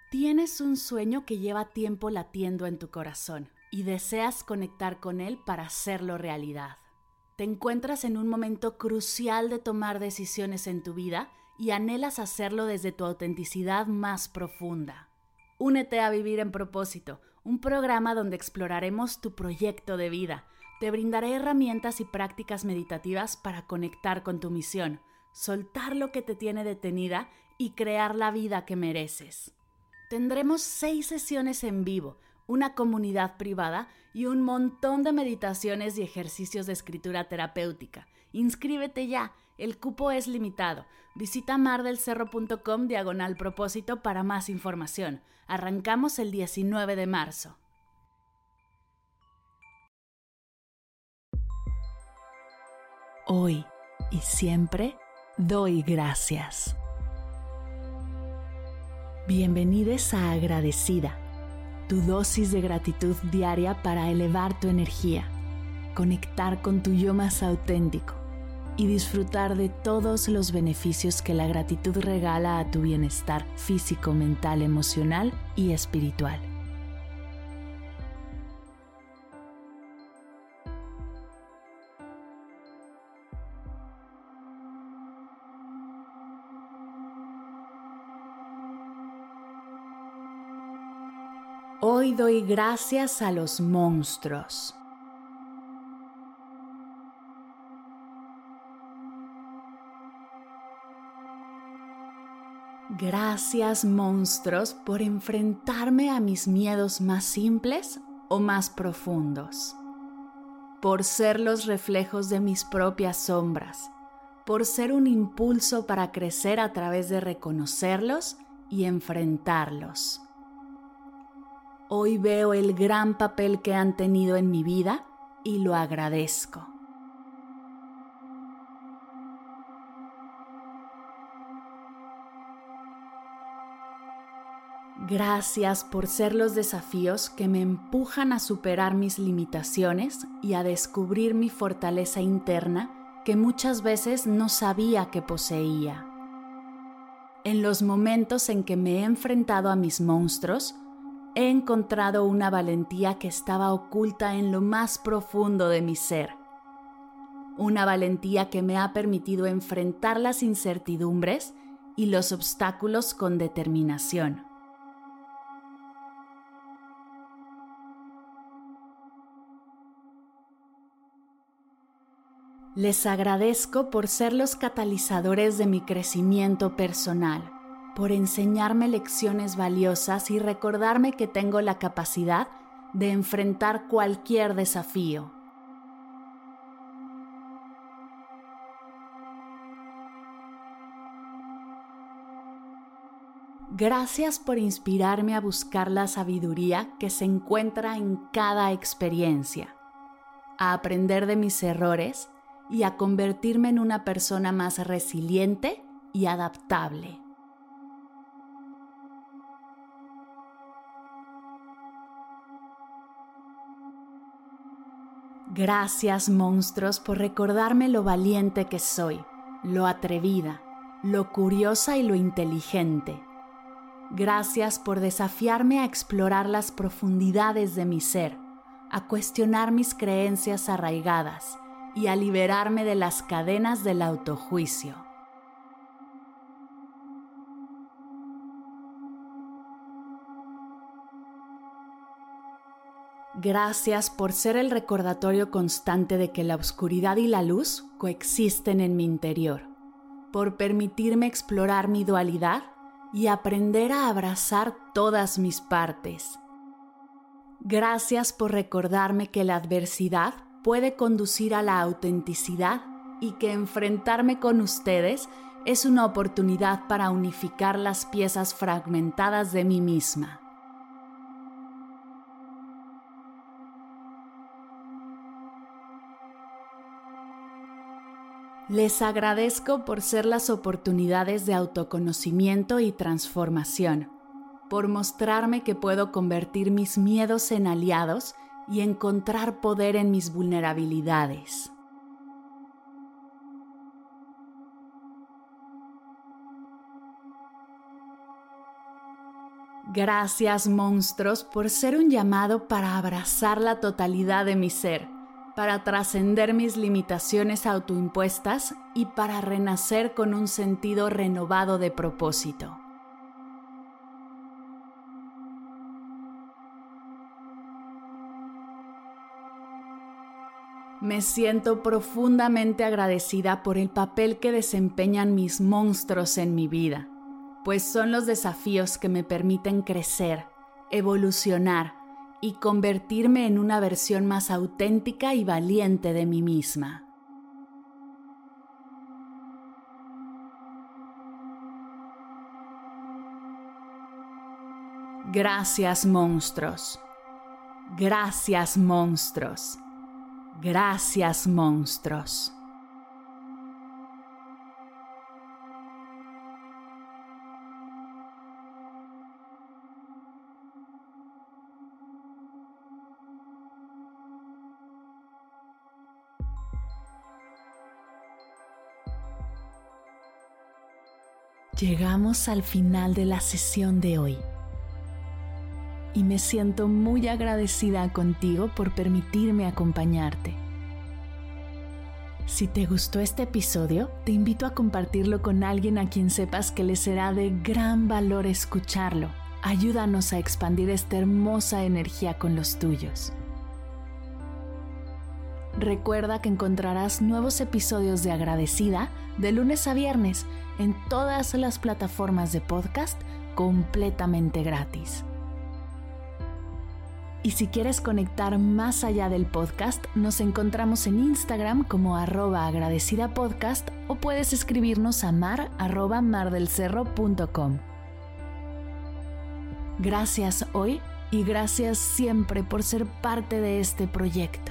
Tienes un sueño que lleva tiempo latiendo en tu corazón y deseas conectar con él para hacerlo realidad. Te encuentras en un momento crucial de tomar decisiones en tu vida y anhelas hacerlo desde tu autenticidad más profunda. Únete a Vivir en Propósito, un programa donde exploraremos tu proyecto de vida. Te brindaré herramientas y prácticas meditativas para conectar con tu misión, soltar lo que te tiene detenida y crear la vida que mereces. Tendremos 6 sesiones en vivo, una comunidad privada y un montón de meditaciones y ejercicios de escritura terapéutica. Inscríbete ya, el cupo es limitado. Visita mardelcerro.com/propósito para más información. Arrancamos el 19 de marzo. Hoy y siempre doy gracias. Bienvenidos a Agradecida, tu dosis de gratitud diaria para elevar tu energía, conectar con tu yo más auténtico y disfrutar de todos los beneficios que la gratitud regala a tu bienestar físico, mental, emocional y espiritual. Hoy doy gracias a los monstruos. Gracias, monstruos, por enfrentarme a mis miedos más simples o más profundos. Por ser los reflejos de mis propias sombras. Por ser un impulso para crecer a través de reconocerlos y enfrentarlos. Hoy veo el gran papel que han tenido en mi vida y lo agradezco. Gracias por ser los desafíos que me empujan a superar mis limitaciones y a descubrir mi fortaleza interna que muchas veces no sabía que poseía. En los momentos en que me he enfrentado a mis monstruos, he encontrado una valentía que estaba oculta en lo más profundo de mi ser. Una valentía que me ha permitido enfrentar las incertidumbres y los obstáculos con determinación. Les agradezco por ser los catalizadores de mi crecimiento personal, por enseñarme lecciones valiosas y recordarme que tengo la capacidad de enfrentar cualquier desafío. Gracias por inspirarme a buscar la sabiduría que se encuentra en cada experiencia, a aprender de mis errores y a convertirme en una persona más resiliente y adaptable. Gracias, monstruos, por recordarme lo valiente que soy, lo atrevida, lo curiosa y lo inteligente. Gracias por desafiarme a explorar las profundidades de mi ser, a cuestionar mis creencias arraigadas y a liberarme de las cadenas del autojuicio. Gracias por ser el recordatorio constante de que la oscuridad y la luz coexisten en mi interior, por permitirme explorar mi dualidad y aprender a abrazar todas mis partes. Gracias por recordarme que la adversidad puede conducir a la autenticidad y que enfrentarme con ustedes es una oportunidad para unificar las piezas fragmentadas de mí misma. Les agradezco por ser las oportunidades de autoconocimiento y transformación, por mostrarme que puedo convertir mis miedos en aliados y encontrar poder en mis vulnerabilidades. Gracias, monstruos, por ser un llamado para abrazar la totalidad de mi ser, para trascender mis limitaciones autoimpuestas y para renacer con un sentido renovado de propósito. Me siento profundamente agradecida por el papel que desempeñan mis monstruos en mi vida, pues son los desafíos que me permiten crecer, evolucionar y convertirme en una versión más auténtica y valiente de mí misma. Gracias, monstruos. Gracias, monstruos. Gracias, monstruos. Llegamos al final de la sesión de hoy y me siento muy agradecida contigo por permitirme acompañarte. Si te gustó este episodio, te invito a compartirlo con alguien a quien sepas que le será de gran valor escucharlo. Ayúdanos a expandir esta hermosa energía con los tuyos. Recuerda que encontrarás nuevos episodios de Agradecida de lunes a viernes en todas las plataformas de podcast completamente gratis. Y si quieres conectar más allá del podcast, nos encontramos en Instagram como @agradecidapodcast o puedes escribirnos a mar@mardelcerro.com. Gracias hoy y gracias siempre por ser parte de este proyecto.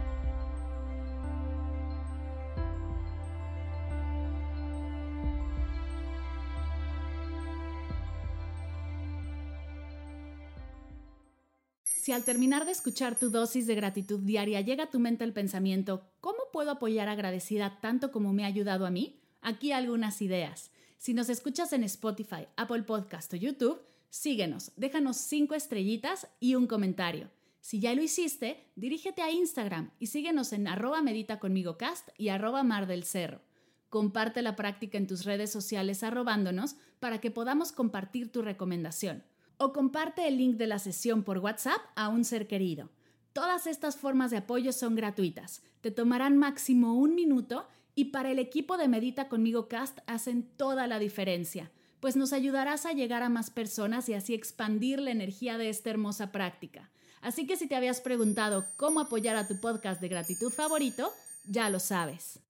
Si al terminar de escuchar tu dosis de gratitud diaria llega a tu mente el pensamiento, ¿cómo puedo apoyar Agradecida tanto como me ha ayudado a mí? Aquí algunas ideas. Si nos escuchas en Spotify, Apple Podcast o YouTube, síguenos, déjanos 5 estrellitas y un comentario. Si ya lo hiciste, dirígete a Instagram y síguenos en @meditaconmigocast y @mardelcerro. Comparte la práctica en tus redes sociales arrobándonos para que podamos compartir tu recomendación. O comparte el link de la sesión por WhatsApp a un ser querido. Todas estas formas de apoyo son gratuitas. Te tomarán máximo 1 minuto y para el equipo de Medita Conmigo Cast hacen toda la diferencia, pues nos ayudarás a llegar a más personas y así expandir la energía de esta hermosa práctica. Así que si te habías preguntado cómo apoyar a tu podcast de gratitud favorito, ya lo sabes.